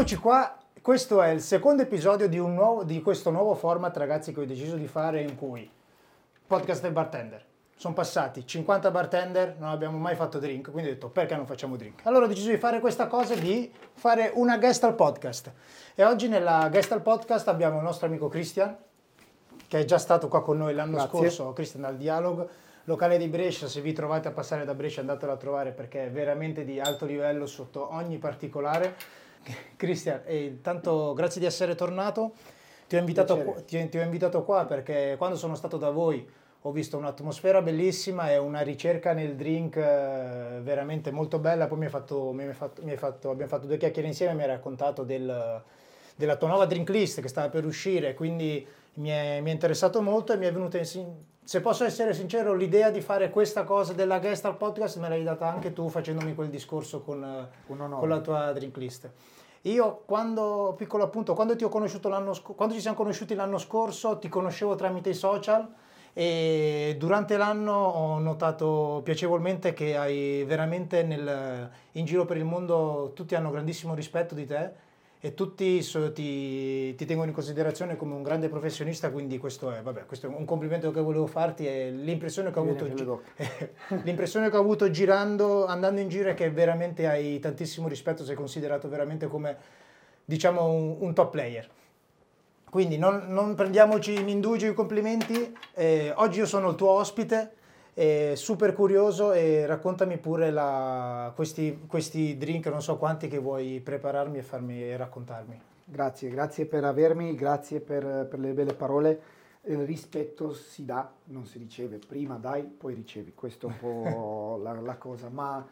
Eccoci qua, questo è il secondo episodio di questo nuovo format, ragazzi, che ho deciso di fare, in cui podcast del bartender. Sono passati 50 bartender, non abbiamo mai fatto drink, quindi ho detto perché non facciamo drink? Allora ho deciso di fare questa cosa, di fare una guest al podcast. E oggi nella guest al podcast abbiamo il nostro amico Christian, che è già stato qua con noi l'anno scorso, Christian al Dialogo, locale di Brescia. Se vi trovate a passare da Brescia andatelo a trovare perché è veramente di alto livello sotto ogni particolare. Christian, intanto grazie di essere tornato. Ti ho invitato qua perché quando sono stato da voi ho visto un'atmosfera bellissima e una ricerca nel drink veramente molto bella. Poi abbiamo fatto due chiacchiere insieme e mi hai raccontato della tua nuova drink list che stava per uscire, quindi mi è interessato molto e mi è venuta, se posso essere sincero, l'idea di fare questa cosa della guest al podcast me l'hai data anche tu facendomi quel discorso con la tua drink list. Io quando ti ho conosciuto quando ci siamo conosciuti l'anno scorso, ti conoscevo tramite i social e durante l'anno ho notato piacevolmente che hai veramente in giro per il mondo tutti hanno grandissimo rispetto di te e tutti ti tengono in considerazione come un grande professionista, quindi questo è un complimento che volevo farti e l'impressione che ho avuto andando in giro è che veramente hai tantissimo rispetto, sei considerato veramente come, diciamo, un top player. Quindi non prendiamoci in indugio i complimenti, oggi io sono il tuo ospite, super curioso, e raccontami pure questi drink, non so quanti, che vuoi prepararmi e raccontarmi. Grazie per avermi, grazie per le belle parole. Il rispetto si dà, non si riceve, prima dai, poi ricevi, questa è un po' la cosa, ma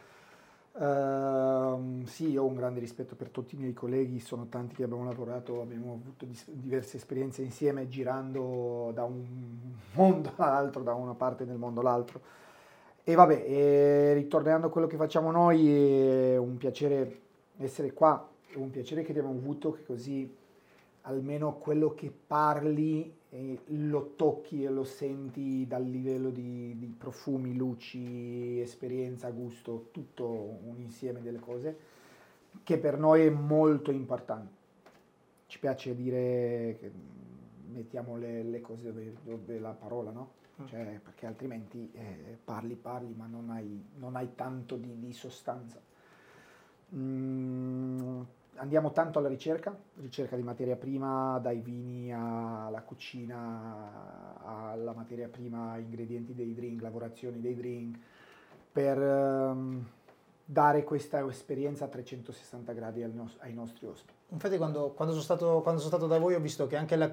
sì, io ho un grande rispetto per tutti i miei colleghi, sono tanti che abbiamo lavorato, abbiamo avuto diverse esperienze insieme, girando da un mondo all'altro, da una parte del mondo all'altro. E vabbè, ritornando a quello che facciamo noi, è un piacere essere qua, è un piacere che abbiamo avuto, che così almeno quello che parli lo tocchi e lo senti dal livello di profumi, luci, esperienza, gusto, tutto un insieme delle cose che per noi è molto importante. Ci piace dire che mettiamo le cose dove la parola, no? Cioè, perché altrimenti parli, ma non hai tanto di sostanza. Andiamo tanto alla ricerca di materia prima, dai vini alla cucina, alla materia prima, ingredienti dei drink, lavorazioni dei drink, per dare questa esperienza a 360 gradi ai nostri ospiti. Infatti quando sono stato da voi ho visto che anche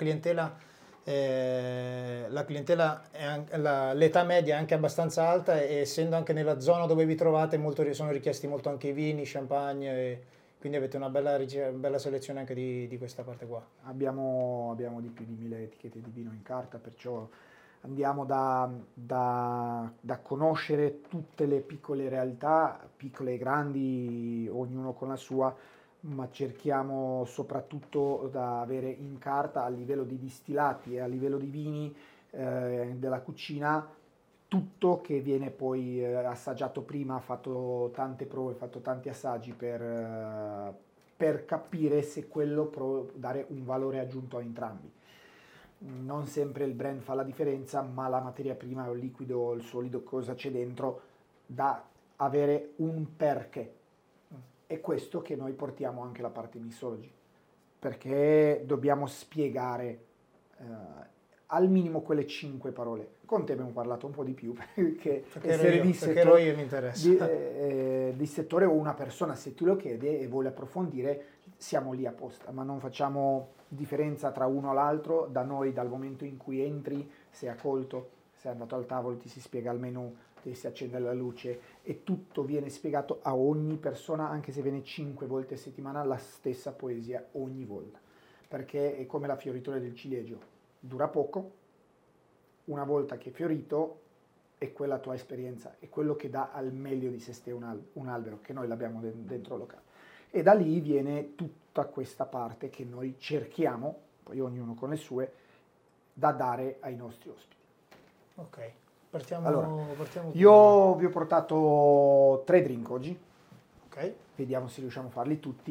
l'età media è anche abbastanza alta, e essendo anche nella zona dove vi trovate sono richiesti molto anche i vini, champagne, quindi avete una bella selezione anche di questa parte qua. Abbiamo di più di 1000 etichette di vino in carta, perciò andiamo da conoscere tutte le piccole realtà, piccole e grandi, ognuno con la sua, ma cerchiamo soprattutto da avere in carta, a livello di distillati e a livello di vini della cucina, tutto che viene poi assaggiato prima, fatto tante prove, fatto tanti assaggi per capire se quello può dare un valore aggiunto a entrambi. Non sempre il brand fa la differenza, ma la materia prima, il liquido, il solido, cosa c'è dentro, da avere un perché. È questo che noi portiamo anche la parte mixology, perché dobbiamo spiegare al minimo quelle 5 parole. Con te abbiamo parlato un po' di più, perché ero io mi interessa. Di settore, o una persona, se tu lo chiedi e vuole approfondire, siamo lì apposta, ma non facciamo differenza tra uno e l'altro. Da noi, dal momento in cui entri, sei accolto, sei andato al tavolo, ti si spiega il menù, ti si accende la luce e tutto viene spiegato a ogni persona, anche se viene 5 volte a settimana, la stessa poesia ogni volta, perché è come la fioritura del ciliegio, dura poco, una volta che è fiorito è quella tua esperienza, è quello che dà al meglio di se stesso un albero, che noi l'abbiamo dentro il locale, e da lì viene tutta questa parte che noi cerchiamo, poi ognuno con le sue, da dare ai nostri ospiti. Ok. Partiamo. Io vi ho portato 3 drink oggi. Ok. Vediamo se riusciamo a farli tutti.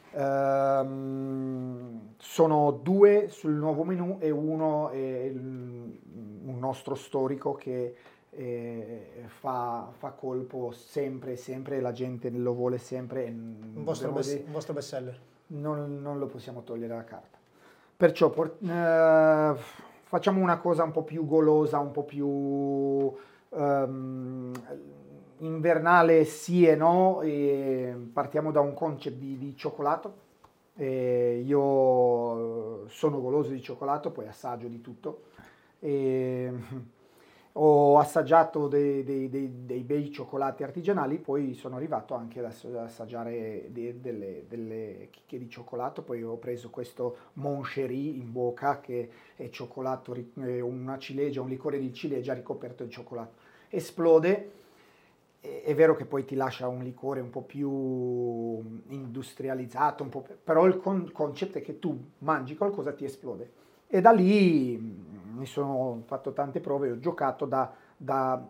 Sono 2 sul nuovo menù e uno è un nostro storico che fa colpo sempre, la gente lo vuole sempre. Un vostro best seller. Non lo possiamo togliere dalla carta. Perciò facciamo una cosa un po' più golosa, un po' più invernale sì e no, e partiamo da un concept di cioccolato. Io sono goloso di cioccolato, poi assaggio di tutto. Ho assaggiato dei bei cioccolati artigianali, poi sono arrivato anche ad assaggiare delle chicche di cioccolato, poi ho preso questo Moncherie in bocca che è cioccolato, una ciliegia, un liquore di ciliegia ricoperto di cioccolato. Esplode, è vero che poi ti lascia un liquore un po' più industrializzato, però il concetto è che tu mangi qualcosa e ti esplode. E da lì mi sono fatto tante prove, ho giocato da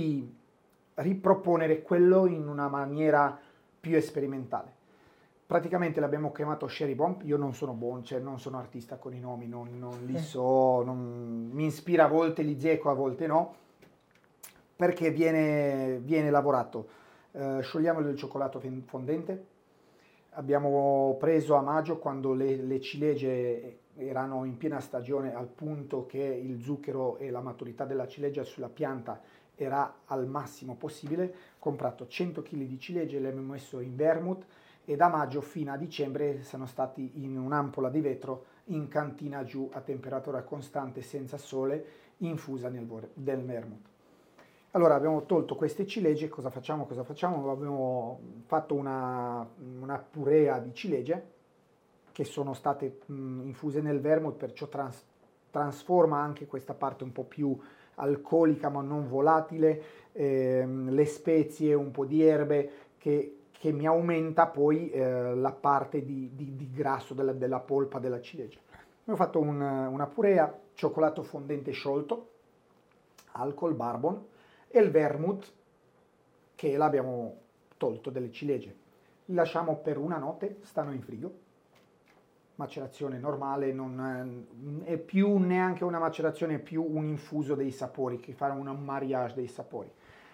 riproponere quello in una maniera più sperimentale. Praticamente l'abbiamo chiamato Cherry Bomb. Io non sono buono, cioè non sono artista con i nomi, non li so, mi ispira a volte, li zecco, a volte no, perché viene lavorato. Sciogliamo del cioccolato fondente. Abbiamo preso a maggio, quando le ciliegie erano in piena stagione, al punto che il zucchero e la maturità della ciliegia sulla pianta era al massimo possibile, comprato 100 kg di ciliegie, le abbiamo messo in vermouth e da maggio fino a dicembre sono stati in un'ampola di vetro in cantina giù a temperatura costante, senza sole, infusa del vermouth. Allora abbiamo tolto queste ciliegie, cosa facciamo? Abbiamo fatto una purea di ciliegie che sono state infuse nel vermouth, perciò trasforma anche questa parte un po' più alcolica ma non volatile, le spezie, un po' di erbe che mi aumenta poi la parte di grasso della polpa della ciliegia. Abbiamo fatto una purea, cioccolato fondente sciolto, alcol, bourbon e il vermouth che l'abbiamo tolto delle ciliegie. Li lasciamo per una notte, stanno in frigo. Macerazione normale, non è più neanche una macerazione, è più un infuso dei sapori, che fa un mariage dei sapori.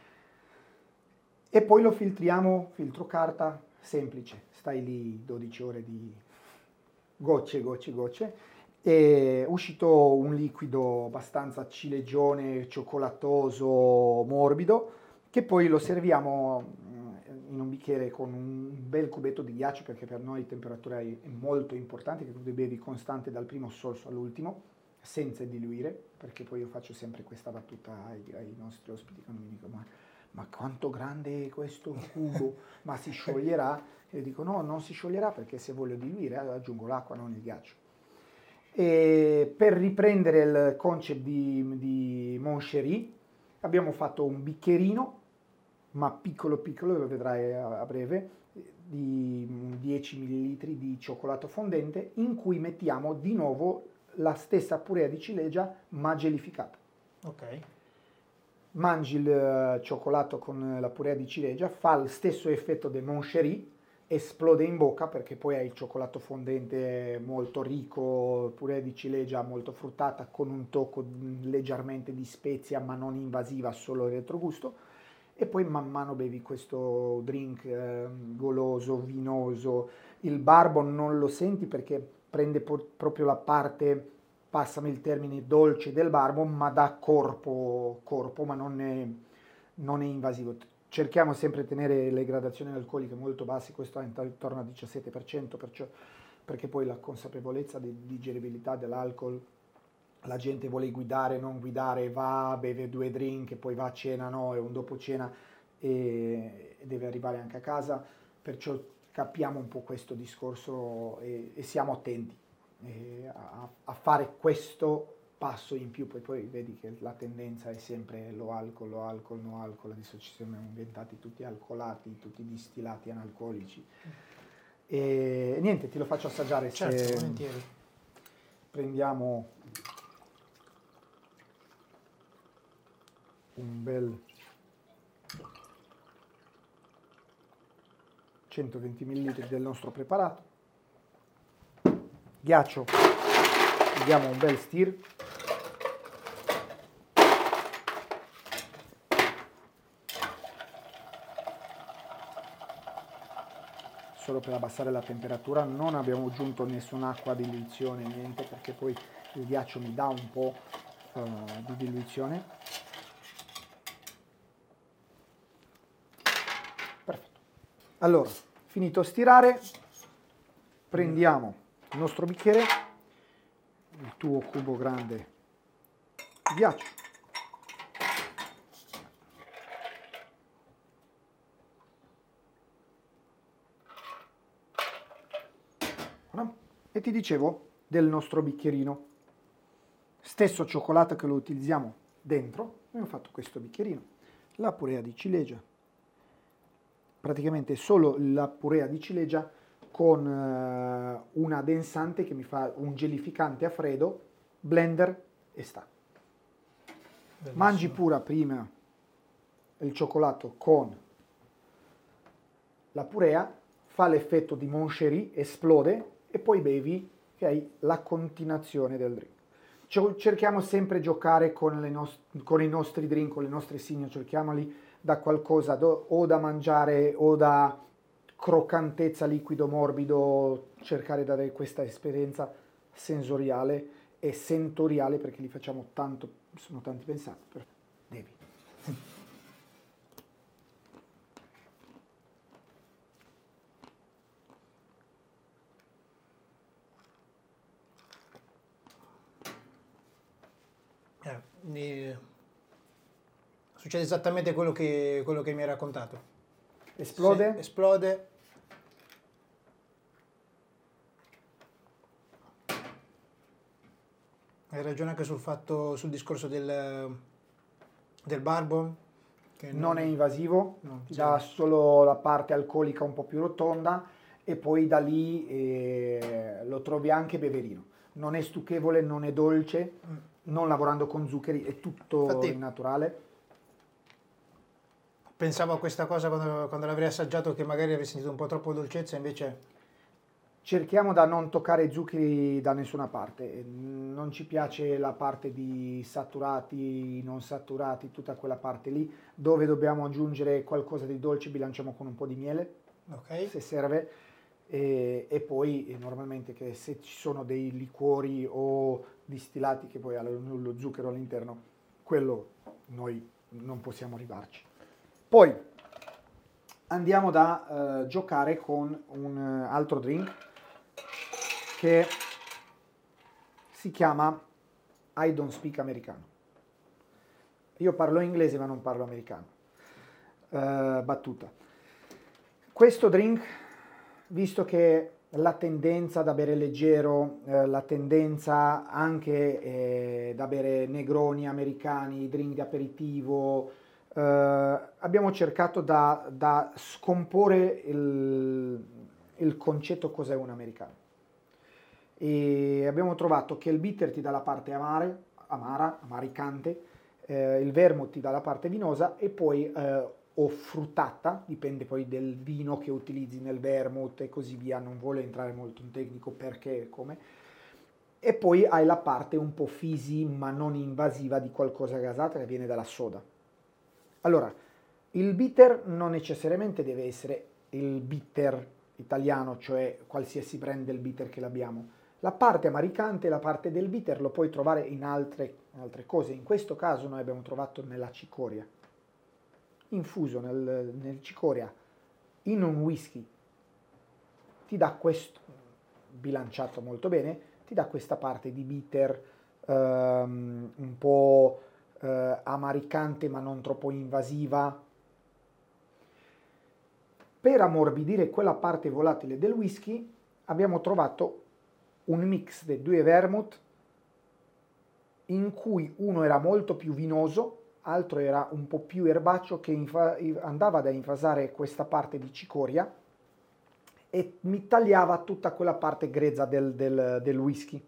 E poi lo filtriamo, filtro carta, semplice, stai lì 12 ore di gocce, è uscito un liquido abbastanza ciliegione, cioccolatoso, morbido, che poi lo serviamo in un bicchiere con un bel cubetto di ghiaccio, perché per noi temperatura è molto importante, che tu bevi costante dal primo sorso all'ultimo, senza diluire, perché poi io faccio sempre questa battuta ai nostri ospiti quando mi dicono ma quanto grande è questo cubo, ma si scioglierà? E io dico no, non si scioglierà, perché se voglio diluire aggiungo l'acqua, non il ghiaccio. E per riprendere il concept di Moncherie abbiamo fatto un bicchierino, ma piccolo, lo vedrai a breve, di 10 ml di cioccolato fondente, in cui mettiamo di nuovo la stessa purea di ciliegia ma gelificata. Ok. Mangi il cioccolato con la purea di ciliegia, fa lo stesso effetto del Moncherie, esplode in bocca, perché poi hai il cioccolato fondente molto ricco, purea di ciliegia molto fruttata, con un tocco leggermente di spezia ma non invasiva, solo il retrogusto, e poi man mano bevi questo drink goloso, vinoso. Il bourbon non lo senti perché prende proprio la parte, passami il termine, dolce del bourbon, ma dà corpo, ma non è invasivo. Cerchiamo sempre di tenere le gradazioni alcoliche molto basse, questo è intorno al 17%, perché poi la consapevolezza di digeribilità dell'alcol, la gente vuole guidare, non guidare, va, beve 2 drink, poi va a cena, no, è un dopo cena e deve arrivare anche a casa, perciò capiamo un po' questo discorso e siamo attenti a fare questo passo in più. Poi vedi che la tendenza è sempre no alcol, adesso ci siamo inventati tutti alcolati, tutti distillati analcolici. E niente, ti lo faccio assaggiare. Certo, volentieri. Prendiamo un bel 120 ml del nostro preparato. Ghiaccio, gli diamo un bel stir. Solo per abbassare la temperatura, non abbiamo aggiunto nessun'acqua di diluizione, niente, perché poi il ghiaccio mi dà un po' di diluizione. Perfetto. Allora, finito stirare, prendiamo il nostro bicchiere, il tuo cubo grande di ghiaccio, e ti dicevo del nostro bicchierino, stesso cioccolato che lo utilizziamo dentro, abbiamo fatto questo bicchierino, la purea di ciliegia, praticamente solo la purea di ciliegia con un addensante che mi fa un gelificante a freddo, blender e sta. Bellissimo. Mangi pura prima il cioccolato con la purea, fa l'effetto di Moncherie, esplode e poi bevi, che hai la continuazione del drink. Cerchiamo sempre di giocare con i nostri drink, con le nostre signe, cerchiamoli da qualcosa o da mangiare o da croccantezza, liquido, morbido, cercare di dare questa esperienza sensoriale e sentoriale, perché li facciamo tanto, sono tanti pensati, devi. Succede esattamente quello che mi hai raccontato. Esplode? Sì, esplode. Hai ragione anche sul discorso del bourbon. Che non è invasivo, no, ti dà solo la parte alcolica un po' più rotonda e poi da lì lo trovi anche beverino. Non è stucchevole, non è dolce, non lavorando con zuccheri, è tutto infatti, naturale. Pensavo a questa cosa quando l'avrei assaggiato, che magari avrei sentito un po' troppo dolcezza, invece... Cerchiamo da non toccare i zuccheri da nessuna parte, non ci piace la parte di saturati, non saturati, tutta quella parte lì, dove dobbiamo aggiungere qualcosa di dolce bilanciamo con un po' di miele, okay, se serve, e poi normalmente che se ci sono dei liquori o distillati che poi hanno lo zucchero all'interno, quello noi non possiamo arrivarci. Poi andiamo da giocare con un altro drink che si chiama I Don't Speak Americano. Io parlo inglese ma non parlo americano. Battuta. Questo drink, visto che la tendenza da bere leggero, la tendenza anche da bere negroni americani, drink di aperitivo, abbiamo cercato da scomporre il concetto cos'è un americano. E abbiamo trovato che il bitter ti dà la parte amaricante, il vermouth ti dà la parte vinosa e poi o fruttata, dipende poi del vino che utilizzi nel vermouth e così via, non voglio entrare molto in tecnico perché e come, e poi hai la parte un po' fizzy ma non invasiva di qualcosa gasata che viene dalla soda. Allora, il bitter non necessariamente deve essere il bitter italiano, cioè qualsiasi brand del bitter che l'abbiamo. La parte amaricante, la parte del bitter lo puoi trovare in altre cose. In questo caso noi abbiamo trovato nella cicoria, infuso nel cicoria, in un whisky. Ti dà questo, bilanciato molto bene, ti dà questa parte di bitter un po' amaricante ma non troppo invasiva. Per ammorbidire quella parte volatile del whisky abbiamo trovato un mix dei due vermouth in cui uno era molto più vinoso, altro era un po' più erbaceo che andava ad invasare questa parte di cicoria e mi tagliava tutta quella parte grezza del whisky.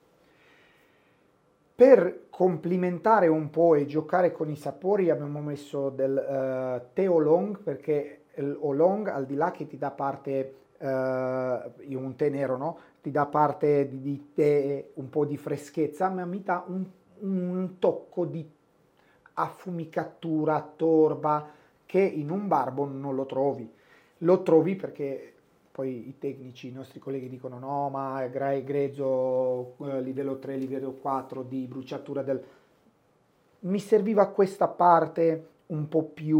Per complimentare un po' e giocare con i sapori abbiamo messo del tè oolong, perché l'oolong al di là che ti dà parte un tè nero, no? Ti dà parte di tè, un po' di freschezza, ma mi dà un tocco di affumicatura, torba, che in un bourbon non lo trovi. Lo trovi perché poi i tecnici, i nostri colleghi dicono no, ma è grezzo, livello 3, livello 4 di bruciatura del... Mi serviva questa parte un po' più...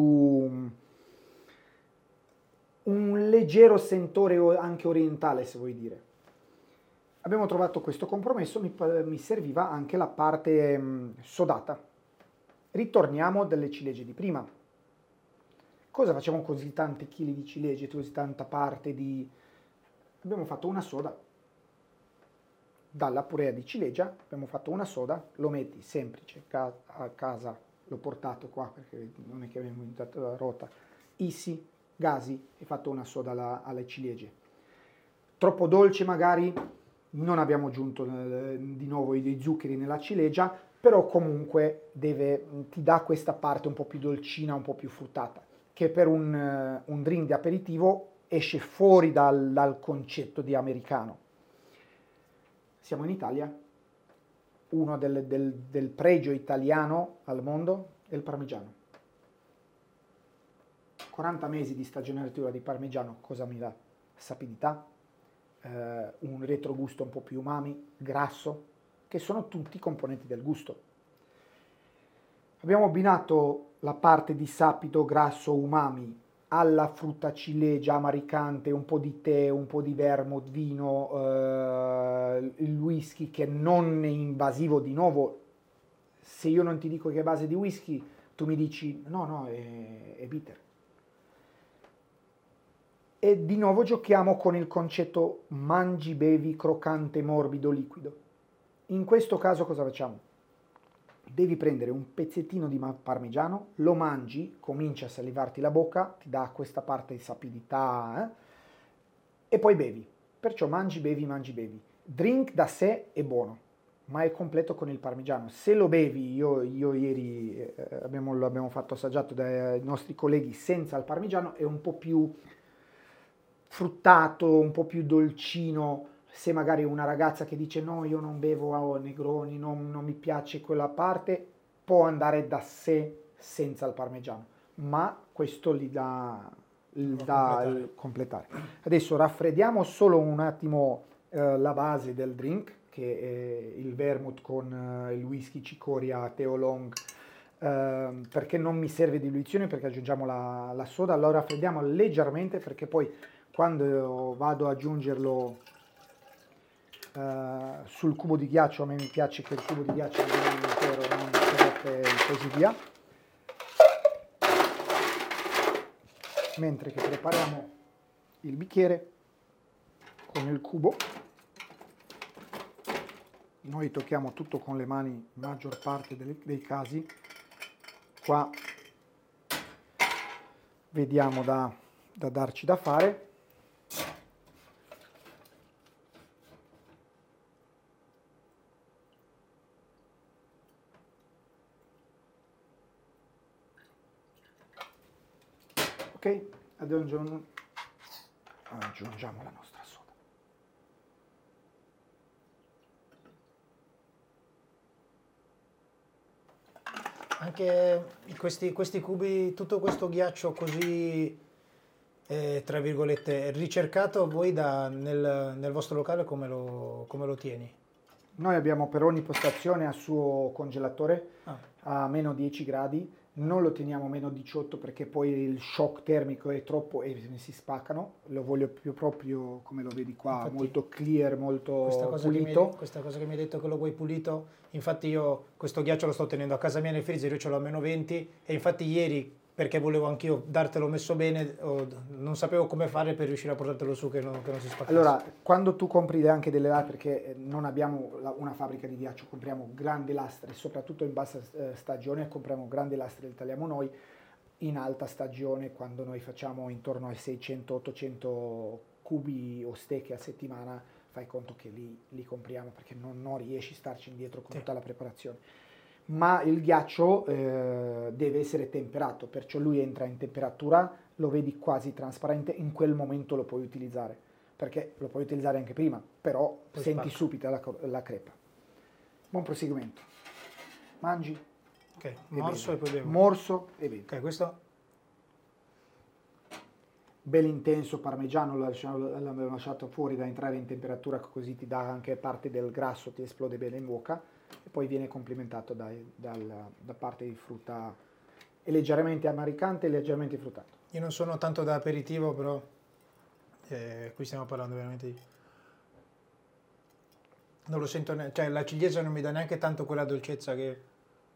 un leggero sentore anche orientale, se vuoi dire. Abbiamo trovato questo compromesso, mi serviva anche la parte sodata. Ritorniamo dalle ciliegie di prima. Cosa facciamo con così tanti chili di ciliegie, così tanta parte di... Abbiamo fatto una soda. Dalla purea di ciliegia abbiamo fatto una soda, lo metti semplice, a casa l'ho portato qua perché non è che abbiamo inventato la rota, isi, gasi e fatto una soda alle ciliegie. Troppo dolce magari, non abbiamo aggiunto di nuovo i zuccheri nella ciliegia, però comunque ti dà questa parte un po' più dolcina, un po' più fruttata, che per un drink di aperitivo esce fuori dal concetto di americano. Siamo in Italia, uno del pregio italiano al mondo è il parmigiano. 40 mesi di stagionatura di parmigiano, cosa mi dà? Sapidità, un retrogusto un po' più umami, grasso, che sono tutti componenti del gusto. Abbiamo abbinato la parte di sapido, grasso, umami alla frutta ciliegia amaricante, un po' di tè, un po' di vermouth, vino, il whisky che non è invasivo di nuovo. Se io non ti dico che è base di whisky, tu mi dici no, è bitter. E di nuovo giochiamo con il concetto mangi, bevi, croccante, morbido, liquido. In questo caso cosa facciamo? Devi prendere un pezzettino di parmigiano, lo mangi, comincia a salivarti la bocca, ti dà questa parte di sapidità, e poi bevi. Perciò mangi, bevi, mangi, bevi. Drink da sé è buono, ma è completo con il parmigiano. Se lo bevi, io ieri l'abbiamo fatto assaggiato dai nostri colleghi senza il parmigiano, è un po' più fruttato, un po' più dolcino. Se magari una ragazza che dice no, io non bevo negroni, non mi piace quella parte, può andare da sé senza il parmigiano, ma questo gli dà il completare. Adesso raffreddiamo solo un attimo la base del drink, che è il vermouth con il whisky, cicoria, tè oolong, perché non mi serve diluizione, perché aggiungiamo la soda. Allora raffreddiamo leggermente, perché poi quando vado ad aggiungerlo sul cubo di ghiaccio, a me mi piace che il cubo di ghiaccio sia intero, non e così via. Mentre che prepariamo il bicchiere con il cubo, noi tocchiamo tutto con le mani, maggior parte dei casi. Qua vediamo da darci da fare. Ok, aggiungiamo la nostra soda. Anche questi cubi, tutto questo ghiaccio così, tra virgolette, ricercato, voi nel vostro locale come lo tieni? Noi abbiamo per ogni postazione a suo congelatore a meno 10 gradi, non lo teniamo a meno 18 perché poi il shock termico è troppo e si spaccano, lo voglio più proprio come lo vedi qua. Infatti, molto clear, molto pulito. Questa cosa che mi hai detto che lo vuoi pulito, infatti io questo ghiaccio lo sto tenendo a casa mia nel freezer, io ce l'ho a meno 20 e infatti ieri, perché volevo anch'io dartelo messo bene, non sapevo come fare per riuscire a portartelo su che non si spaccasse. Allora, quando tu compri anche delle lastre, perché non abbiamo una fabbrica di ghiaccio, compriamo grandi lastre, soprattutto in bassa stagione compriamo grandi lastre, le tagliamo noi. In alta stagione, quando noi facciamo intorno ai 600-800 cubi o stecche a settimana, fai conto che li compriamo perché non riesci a starci indietro con tutta la preparazione. ma il ghiaccio deve essere temperato, perciò lui entra in temperatura, lo vedi quasi trasparente, in quel momento lo puoi utilizzare, perché lo puoi utilizzare anche prima, però Poi senti spacca. subito la crepa. Buon proseguimento. Mangi Ok, e morso bevi. e poi bevo. Morso e bevi. Ok, questo Bello intenso parmigiano, l'abbiamo lasciato fuori da entrare in temperatura, così ti dà anche parte del grasso, ti esplode bene in bocca, e poi viene complementato da parte di frutta, è leggermente amaricante e leggermente fruttato. io non sono tanto da aperitivo, però qui stiamo parlando veramente di... Non lo sento, cioè la ciliegia non mi dà neanche tanto quella dolcezza che...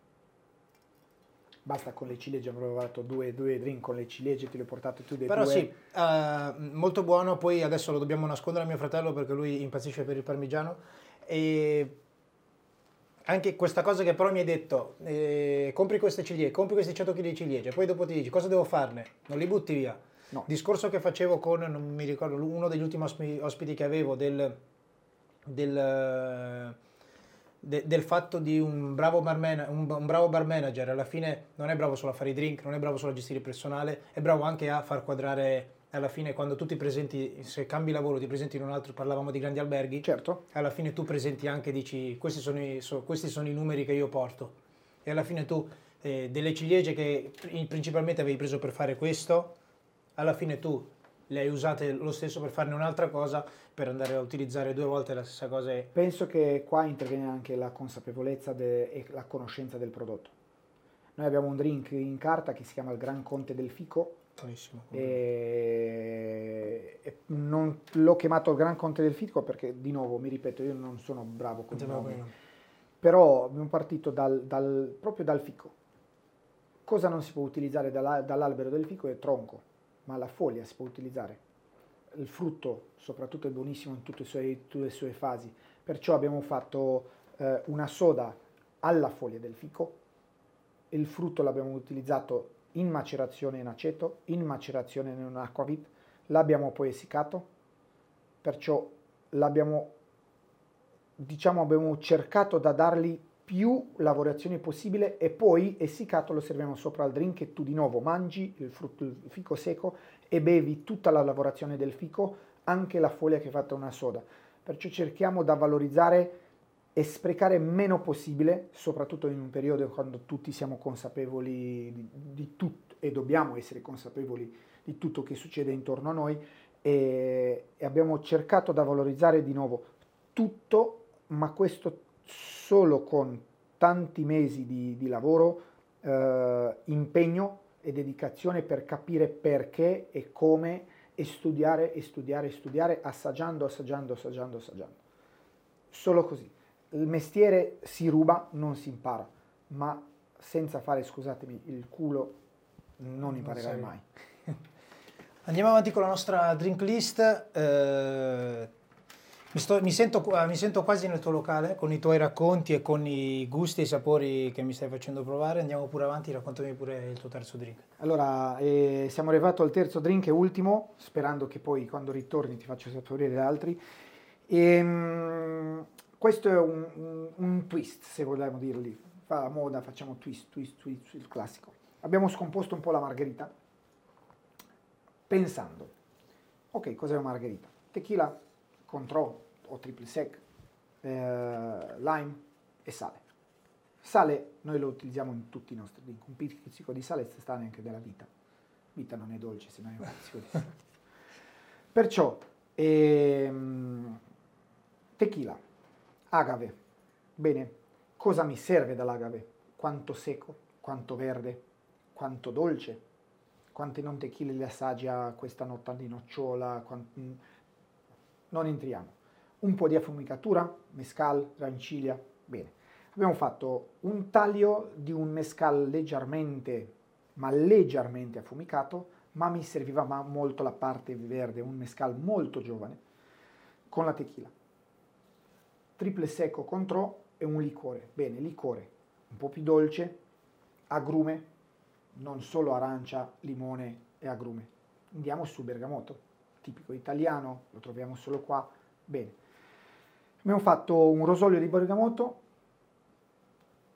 Basta con le ciliegie, abbiamo provato due drink con le ciliegie, te le ho portate tu dei Però due. sì, molto buono, poi adesso lo dobbiamo nascondere a mio fratello perché lui impazzisce per il parmigiano e anche questa cosa che però mi hai detto, compri queste ciliegie, compri questi 100 kg di ciliegie, poi dopo ti dici cosa devo farne, non li butti via. No. Discorso che facevo con, non mi ricordo, uno degli ultimi ospiti che avevo del fatto di un bravo bar manager, alla fine non è bravo solo a fare i drink, non è bravo solo a gestire il personale, è bravo anche a far quadrare alla fine quando tu ti presenti, se cambi lavoro, ti presenti in un altro, parlavamo di grandi alberghi, Certo. alla fine tu presenti anche, dici questi sono i numeri che io porto e alla fine tu delle ciliegie che principalmente avevi preso per fare questo, alla fine tu le hai usate lo stesso per farne un'altra cosa, per andare a utilizzare 2 volte la stessa cosa. Penso che qua interviene anche la consapevolezza e la conoscenza del prodotto. Noi abbiamo un drink in carta che si chiama il Gran Conte del Fico, Buonissimo. e non l'ho chiamato il Gran Conte del Fico perché, di nuovo, mi ripeto, io non sono bravo con i nomi, però abbiamo partito proprio dal fico. Cosa non si può utilizzare dall'albero del fico è il tronco, ma la foglia si può utilizzare. Il frutto soprattutto è buonissimo in tutte le sue fasi, perciò abbiamo fatto una soda alla foglia del fico, il frutto l'abbiamo utilizzato in macerazione in aceto, in macerazione in un acquavit, l'abbiamo poi essiccato, perciò abbiamo cercato da dargli più lavorazione possibile e poi essiccato lo serviamo sopra al drink e tu di nuovo mangi il fico secco e bevi tutta la lavorazione del fico, anche la foglia che è fatta una soda. Perciò cerchiamo da valorizzare e sprecare meno possibile, soprattutto in un periodo quando tutti siamo consapevoli di tutto e dobbiamo essere consapevoli di tutto che succede intorno a noi, e abbiamo cercato da valorizzare di nuovo tutto, ma questo solo con tanti mesi di lavoro, impegno e dedicazione per capire perché e come, e studiare, assaggiando. Solo così. Il mestiere si ruba, non si impara, ma senza fare, scusatemi, il culo non imparerai mai. Andiamo avanti con la nostra drink list. Mi sento quasi nel tuo locale con i tuoi racconti e con i gusti e i sapori che mi stai facendo provare. Andiamo pure avanti, raccontami pure il tuo terzo drink. Allora, siamo arrivati al terzo drink e ultimo, sperando che poi quando ritorni ti faccia saporire gli altri. Questo è un twist, se vogliamo dirli. Fa la moda, facciamo twist, il classico. Abbiamo scomposto un po' la margherita, pensando, ok, cos'è una margherita? Tequila, Cointreau o triple sec, lime e sale. Sale noi lo utilizziamo in tutti i nostri drink, un pizzico di sale sta anche della vita. Vita non è dolce se non è un pizzico di sale. Perciò, tequila, agave. Bene, cosa mi serve dall'agave? Quanto secco, quanto verde, quanto dolce, quanti non tequila li assaggia questa nota di nocciola, non entriamo. Un po' di affumicatura, mescal, ranciglia, bene. Abbiamo fatto un taglio di un mescal leggermente affumicato, ma mi serviva molto la parte verde, un mescal molto giovane, con la tequila. Triple secco Cointreau e un liquore. Bene, liquore un po' più dolce, agrume, non solo arancia, limone e agrume. Andiamo sul bergamotto, tipico italiano, lo troviamo solo qua. Bene. Abbiamo fatto un rosolio di bergamotto,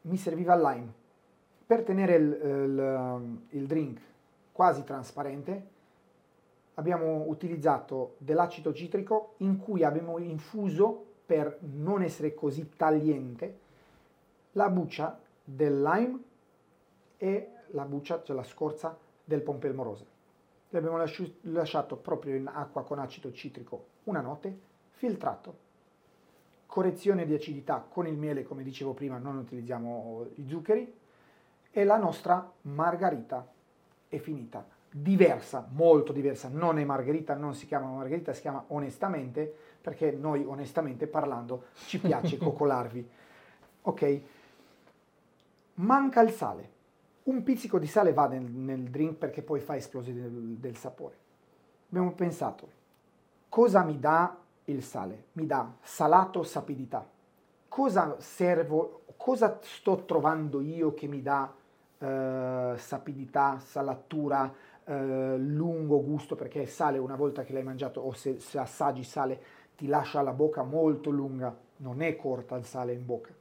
mi serviva il lime. Per tenere il drink quasi trasparente abbiamo utilizzato dell'acido citrico in cui abbiamo infuso, per non essere così tagliente, la buccia del lime e la buccia, cioè la scorza del pompelmo rosa. L'abbiamo lasciato proprio in acqua con acido citrico una notte, filtrato. Correzione di acidità con il miele, come dicevo prima, non utilizziamo i zuccheri, e la nostra margarita è finita. Diversa, molto diversa, non è margherita, non si chiama margherita, si chiama onestamente, perché noi onestamente parlando ci piace coccolarvi. Ok? Manca il sale. Un pizzico di sale va nel drink perché poi fa esplosione del sapore. Abbiamo pensato, cosa mi dà il sale? Mi dà salato, sapidità. Cosa sto trovando io che mi dà sapidità, salatura, lungo gusto, perché il sale una volta che l'hai mangiato o se assaggi sale ti lascia la bocca molto lunga, non è corta il sale in bocca.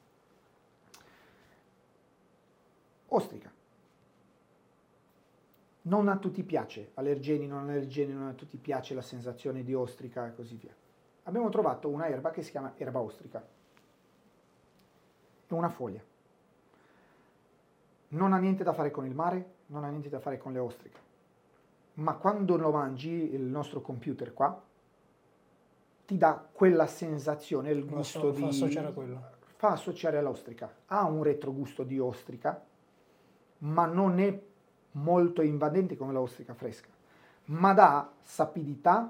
Ostrica. Non a tutti piace, allergeni, non allergeni, non a tutti piace la sensazione di ostrica e così via. Abbiamo trovato una erba che si chiama erba ostrica. È una foglia. Non ha niente da fare con il mare, non ha niente da fare con le ostriche. Ma quando lo mangi, il nostro computer qua ti dà quella sensazione, il gusto di... Fa associare a quello. Fa associare all'ostrica. Ha un retrogusto di ostrica, ma non è molto invadente come l'ostrica fresca. Ma dà sapidità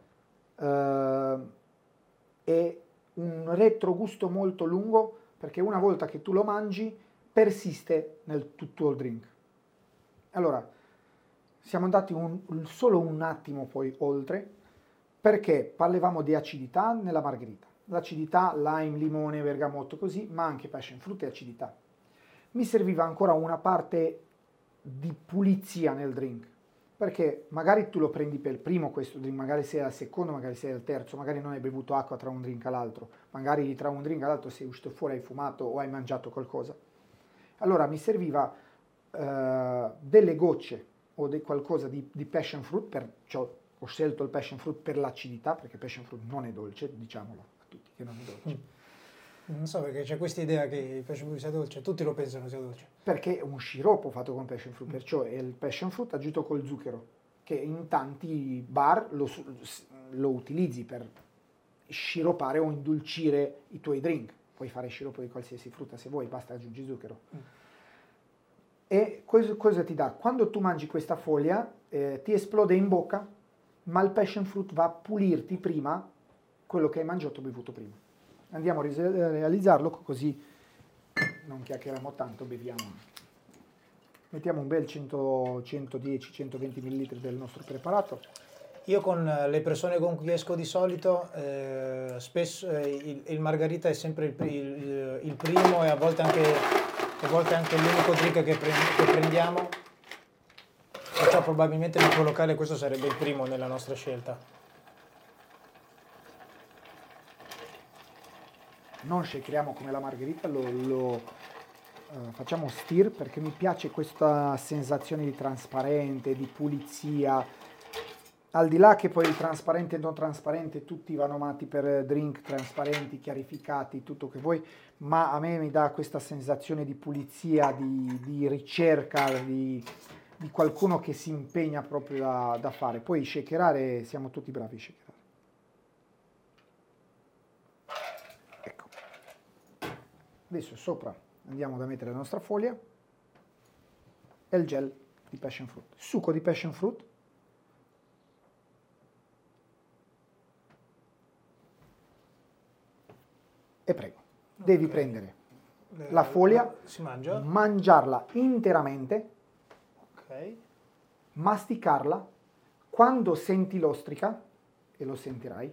e un retrogusto molto lungo, perché una volta che tu lo mangi persiste nel tutto il drink. Allora, siamo andati solo un attimo poi oltre, perché parlavamo di acidità nella margherita. L'acidità, lime, limone, bergamotto, così, ma anche passion fruit e acidità. Mi serviva ancora una parte di pulizia nel drink, perché magari tu lo prendi per il primo questo drink, magari sei al secondo, magari sei al terzo, magari non hai bevuto acqua tra un drink all'altro, magari tra un drink all'altro sei uscito fuori, hai fumato o hai mangiato qualcosa. Allora mi serviva delle gocce o qualcosa di passion fruit, perciò ho scelto il passion fruit per l'acidità, perché passion fruit non è dolce, diciamolo a tutti che non è dolce. Non so perché c'è questa idea che il passion fruit sia dolce, tutti lo pensano sia dolce. Perché è un sciroppo fatto con passion fruit, perciò è il passion fruit aggiunto col zucchero, che in tanti bar lo utilizzi per sciroppare o indulcire i tuoi drink. Puoi fare sciroppo di qualsiasi frutta se vuoi, basta aggiungi zucchero. E cosa ti dà? Quando tu mangi questa foglia ti esplode in bocca, ma il passion fruit va a pulirti prima quello che hai mangiato o bevuto prima. Andiamo a realizzarlo così non chiacchieriamo tanto, beviamo. Mettiamo un bel 110-120 ml del nostro preparato. Io con le persone con cui esco di solito, spesso il margarita è sempre il primo e a volte anche l'unico drink che prendiamo, perciò probabilmente nel tuo locale questo sarebbe il primo nella nostra scelta. Non shakeriamo come la margherita, facciamo stir perché mi piace questa sensazione di trasparente, di pulizia. Al di là che poi il trasparente e non trasparente, tutti vanno amati per drink trasparenti, chiarificati, tutto che vuoi, ma a me mi dà questa sensazione di pulizia, di ricerca, di qualcuno che si impegna proprio da fare. Poi shakerare, siamo tutti bravi a shakerare. Ecco. Adesso sopra andiamo da mettere la nostra foglia e il gel di passion fruit. Succo di passion fruit. E prego, devi prendere la foglia, si mangia, mangiarla interamente, masticarla, quando senti l'ostrica, e lo sentirai,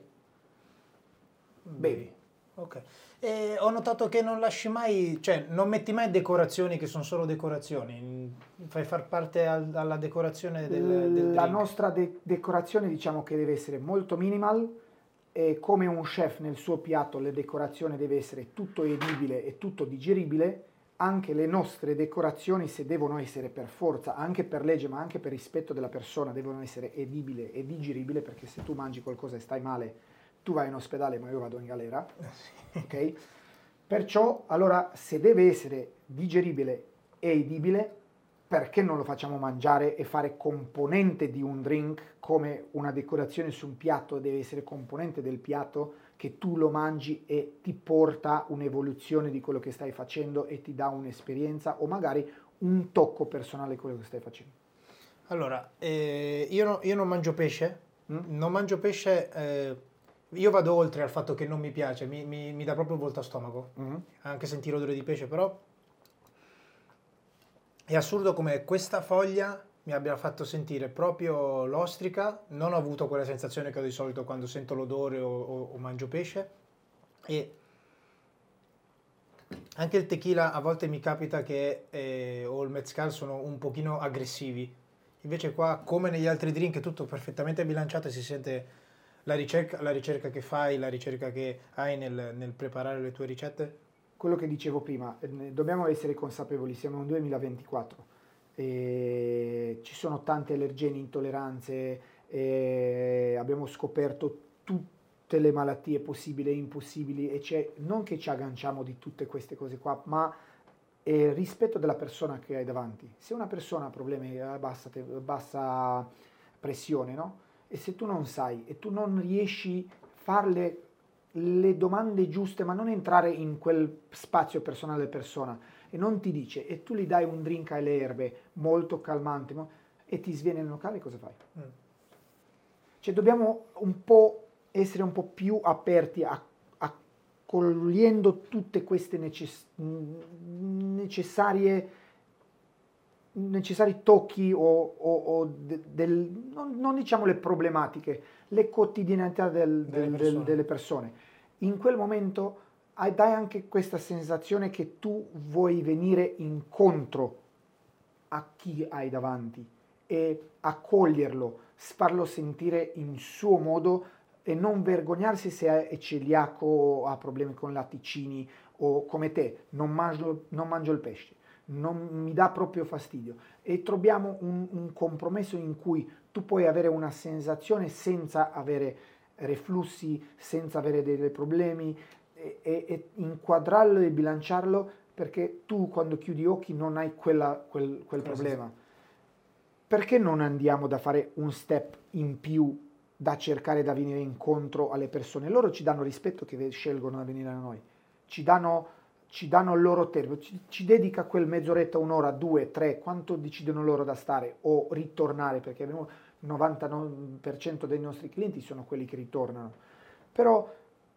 bevi. Ok. E ho notato che non lasci mai, cioè non metti mai decorazioni che sono solo decorazioni, fai far parte alla decorazione del drink. La nostra decorazione diciamo che deve essere molto minimal, e come un chef nel suo piatto le decorazioni deve essere tutto edibile e tutto digeribile, anche le nostre decorazioni, se devono essere per forza, anche per legge, ma anche per rispetto della persona, devono essere edibili e digeribili, perché se tu mangi qualcosa e stai male, tu vai in ospedale, ma io vado in galera, ok? Perciò, allora, se deve essere digeribile e edibile, perché non lo facciamo mangiare e fare componente di un drink, come una decorazione su un piatto deve essere componente del piatto, che tu lo mangi e ti porta un'evoluzione di quello che stai facendo e ti dà un'esperienza o magari un tocco personale di quello che stai facendo. Allora, io non mangio pesce, non mangio pesce, io vado oltre al fatto che non mi piace, mi dà proprio volta a stomaco, anche sentire odore di pesce, però è assurdo come questa foglia mi abbia fatto sentire proprio l'ostrica, non ho avuto quella sensazione che ho di solito quando sento l'odore o mangio pesce, e anche il tequila a volte mi capita che o il mezcal sono un pochino aggressivi, invece qua come negli altri drink è tutto perfettamente bilanciato e si sente la ricerca che fai, la ricerca che hai nel preparare le tue ricette. Quello che dicevo prima, dobbiamo essere consapevoli, siamo nel 2024, ci sono tante allergeni, intolleranze, abbiamo scoperto tutte le malattie possibili e impossibili, e non che ci agganciamo di tutte queste cose qua, ma è il rispetto della persona che hai davanti. Se una persona ha problemi, bassa pressione, no? E se tu non sai e tu non riesci a farle le domande giuste, ma non entrare in quel spazio personale della persona, e non ti dice, e tu gli dai un drink alle erbe molto calmante e ti sviene nel locale, cosa fai? Cioè dobbiamo un po' essere un po' più aperti accogliendo tutte queste necessari tocchi non diciamo le problematiche, le quotidianità delle persone. In quel momento dai anche questa sensazione che tu vuoi venire incontro a chi hai davanti e accoglierlo, farlo sentire in suo modo e non vergognarsi se è celiaco o ha problemi con latticini o come te, non mangio il pesce, non mi dà proprio fastidio, e troviamo un compromesso in cui tu puoi avere una sensazione senza avere reflussi, senza avere dei problemi, e inquadrarlo e bilanciarlo, perché tu quando chiudi gli occhi non hai quel problema. Perché non andiamo da fare un step in più, da cercare da venire incontro alle persone? Loro ci danno rispetto che scelgono di venire da noi, ci danno il loro tempo, ci dedica quel mezz'oretta, un'ora, 2, 3, quanto decidono loro da stare o ritornare, perché abbiamo il 99% dei nostri clienti sono quelli che ritornano. Però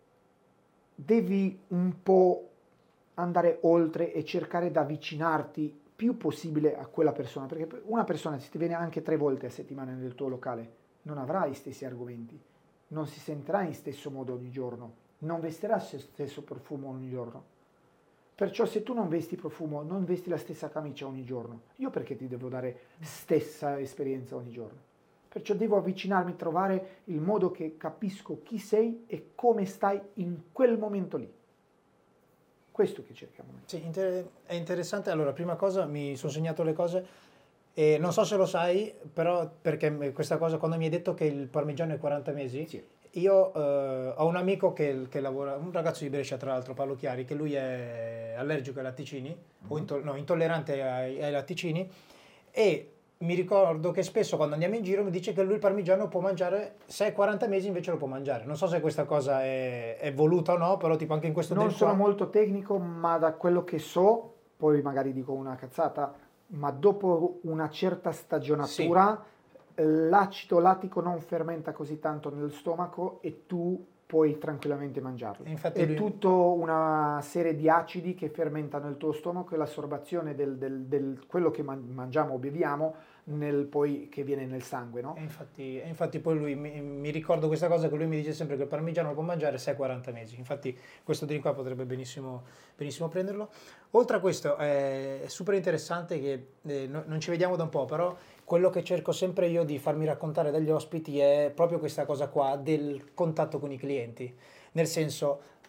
devi un po' andare oltre e cercare di avvicinarti più possibile a quella persona, perché una persona, se ti viene anche 3 volte a settimana nel tuo locale, non avrà gli stessi argomenti, non si sentirà in stesso modo ogni giorno, non vestirà lo stesso profumo ogni giorno. Perciò se tu non vesti profumo, non vesti la stessa camicia ogni giorno, io perché ti devo dare stessa esperienza ogni giorno? Perciò devo avvicinarmi, trovare il modo che capisco chi sei e come stai in quel momento lì. Questo che cerchiamo noi. Sì, è interessante. Allora, prima cosa, mi sono segnato le cose e non so se lo sai, però perché questa cosa, quando mi hai detto che il parmigiano è 40 mesi, sì. Io ho un amico che lavora, un ragazzo di Brescia tra l'altro, Paolo Chiari, che lui è allergico ai latticini, o intollerante ai latticini, e mi ricordo che spesso quando andiamo in giro mi dice che lui il parmigiano può mangiare, se è 40 mesi invece lo può mangiare. Non so se questa cosa è voluta o no, però tipo anche in questo non sono qua... molto tecnico, ma da quello che so, poi magari dico una cazzata, ma dopo una certa stagionatura l'acido lattico non fermenta così tanto nel stomaco e tu puoi tranquillamente mangiarlo. È tutta una serie di acidi che fermentano nel tuo stomaco e l'assorbazione del quello che mangiamo o beviamo poi che viene nel sangue, no? E infatti poi lui mi ricordo questa cosa, che lui mi dice sempre che il parmigiano lo può mangiare se ha 40 mesi. Infatti questo drink qua potrebbe benissimo prenderlo. Oltre a questo è super interessante che non ci vediamo da un po', però quello che cerco sempre io di farmi raccontare dagli ospiti è proprio questa cosa qua del contatto con i clienti. Nel senso,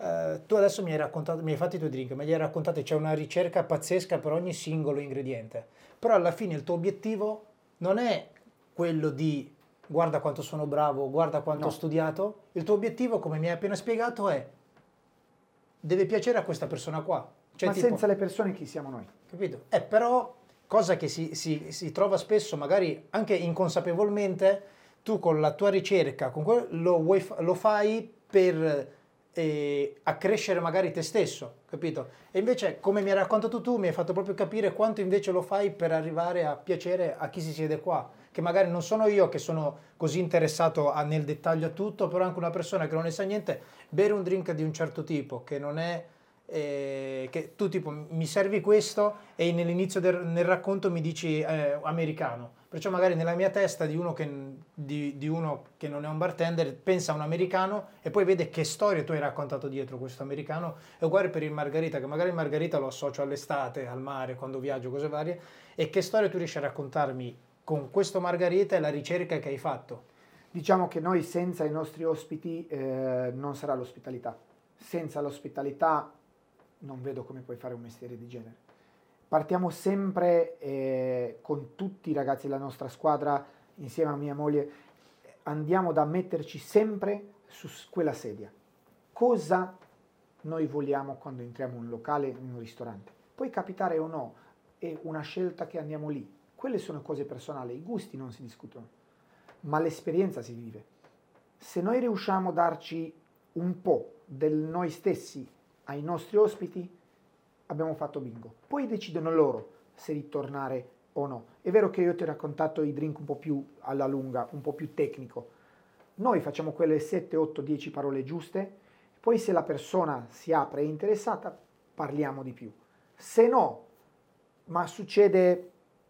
tu adesso mi hai fatto i tuoi drink, ma gli hai raccontato, c'è una ricerca pazzesca per ogni singolo ingrediente, però alla fine il tuo obiettivo non è quello di guarda quanto sono bravo, guarda quanto ho No. studiato, il tuo obiettivo, come mi hai appena spiegato, è deve piacere a questa persona qua. Cioè, Ma tipo, senza le persone chi siamo noi? capito? Però, cosa che si trova spesso, magari anche inconsapevolmente, tu con la tua ricerca, lo fai per accrescere magari te stesso, capito? E invece, come mi hai raccontato tu, mi hai fatto proprio capire quanto invece lo fai per arrivare a piacere a chi si siede qua. Che magari non sono io che sono così interessato nel dettaglio a tutto, però anche una persona che non ne sa niente, bere un drink di un certo tipo, che non è che tu tipo mi servi questo e nell'inizio nel racconto mi dici americano, perciò magari nella mia testa di uno di uno che non è un bartender pensa a un americano e poi vede che storia tu hai raccontato dietro questo americano. È uguale per il margarita, che magari il margarita lo associo all'estate, al mare, quando viaggio, cose varie, e che storia tu riesci a raccontarmi con questo margarita e la ricerca che hai fatto. Diciamo che noi senza i nostri ospiti non sarà l'ospitalità. Senza l'ospitalità non vedo come puoi fare un mestiere di genere. Partiamo sempre con tutti i ragazzi della nostra squadra, insieme a mia moglie, andiamo da metterci sempre su quella sedia. Cosa noi vogliamo quando entriamo in un locale, in un ristorante? Puoi capitare o no, è una scelta che andiamo lì. Quelle sono cose personali, i gusti non si discutono, ma l'esperienza si vive. Se noi riusciamo a darci un po' del noi stessi ai nostri ospiti, abbiamo fatto bingo. Poi decidono loro se ritornare o no. È vero che io ti ho raccontato i drink un po' più alla lunga, un po' più tecnico. Noi facciamo quelle 7, 8, 10 parole giuste, poi se la persona si apre e è interessata, parliamo di più. Se no, ma succede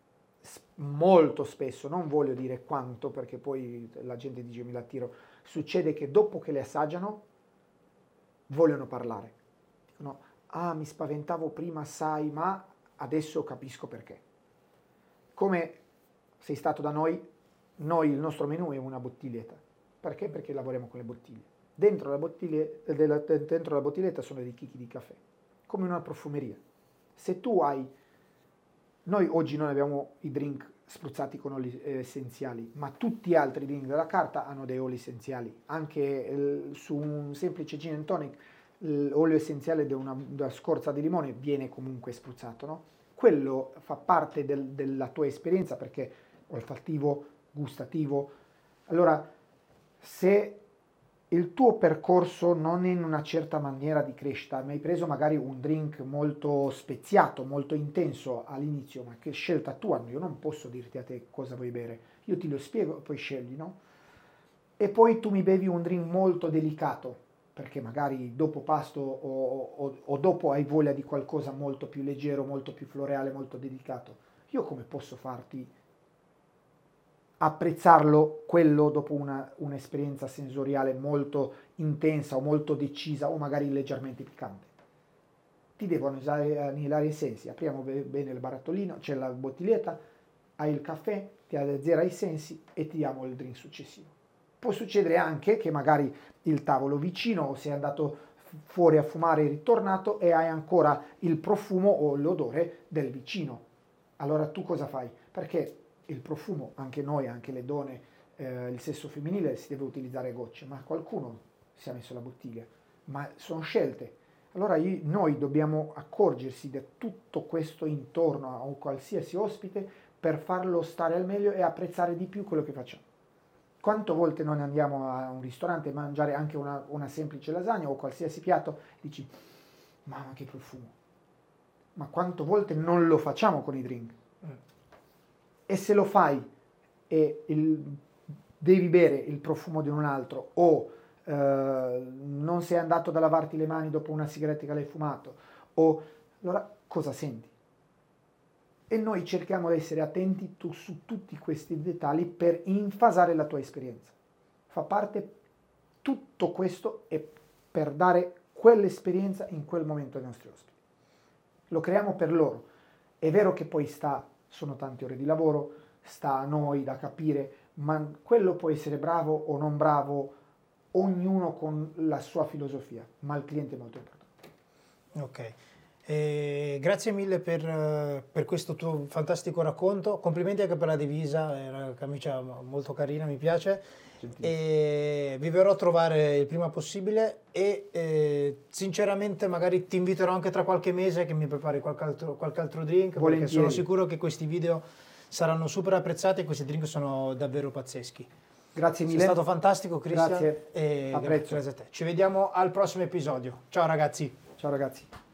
molto spesso, non voglio dire quanto perché poi la gente dice mi la tiro, succede che dopo che le assaggiano vogliono parlare. Dicono, ah mi spaventavo prima sai, ma adesso capisco perché. Come sei stato da noi il nostro menù è una bottiglietta. Perché? Perché lavoriamo con le bottiglie. Dentro la bottiglietta sono dei chicchi di caffè, come una profumeria. Se tu hai noi oggi non abbiamo i drink spruzzati con oli essenziali, ma tutti gli altri drink della carta hanno dei oli essenziali. Anche su un semplice gin and tonic l'olio essenziale da scorza di limone viene comunque spruzzato, no? Quello fa parte della tua esperienza perché olfattivo, gustativo. Allora, se il tuo percorso non è in una certa maniera di crescita, mi hai preso magari un drink molto speziato, molto intenso all'inizio, ma che scelta tua, io non posso dirti a te cosa vuoi bere, io ti lo spiego e poi scegli, no? E poi tu mi bevi un drink molto delicato, perché magari dopo pasto o dopo hai voglia di qualcosa molto più leggero, molto più floreale, molto delicato. Io come posso farti apprezzarlo quello dopo un'esperienza sensoriale molto intensa o molto decisa o magari leggermente piccante? Ti devono annientare i sensi. Apriamo bene il barattolino, c'è la bottiglietta, hai il caffè, ti azzera i sensi e ti diamo il drink successivo. Può succedere anche che magari il tavolo vicino o sei andato fuori a fumare e ritornato e hai ancora il profumo o l'odore del vicino. Allora tu cosa fai? Perché il profumo, anche noi, anche le donne, il sesso femminile si deve utilizzare a gocce, ma qualcuno si è messo la bottiglia, ma sono scelte. Allora noi dobbiamo accorgersi di tutto questo intorno a qualsiasi ospite per farlo stare al meglio e apprezzare di più quello che facciamo. Quante volte noi andiamo a un ristorante a mangiare anche una semplice lasagna o qualsiasi piatto, dici, mamma che profumo, ma quante volte non lo facciamo con i drink? E se lo fai e devi bere il profumo di un altro o non sei andato da lavarti le mani dopo una sigaretta che l'hai fumato, allora cosa senti? E noi cerchiamo di essere attenti su tutti questi dettagli per infasare la tua esperienza. Fa parte tutto questo è per dare quell'esperienza in quel momento ai nostri ospiti. Lo creiamo per loro. È vero che poi sono tante ore di lavoro, sta a noi da capire, ma quello può essere bravo o non bravo ognuno con la sua filosofia, ma il cliente è molto importante. Ok. Grazie mille per questo tuo fantastico racconto, complimenti anche per la divisa, è una camicia molto carina, mi piace. E vi verrò a trovare il prima possibile e sinceramente magari ti inviterò anche tra qualche mese che mi prepari qualche altro drink, Volentieri. perché sono sicuro che questi video saranno super apprezzati e questi drink sono davvero pazzeschi. Grazie mille. È stato fantastico, Cristian. Grazie. E Apprezzo. grazie a te. Ci vediamo al prossimo episodio. Ciao ragazzi. Ciao ragazzi.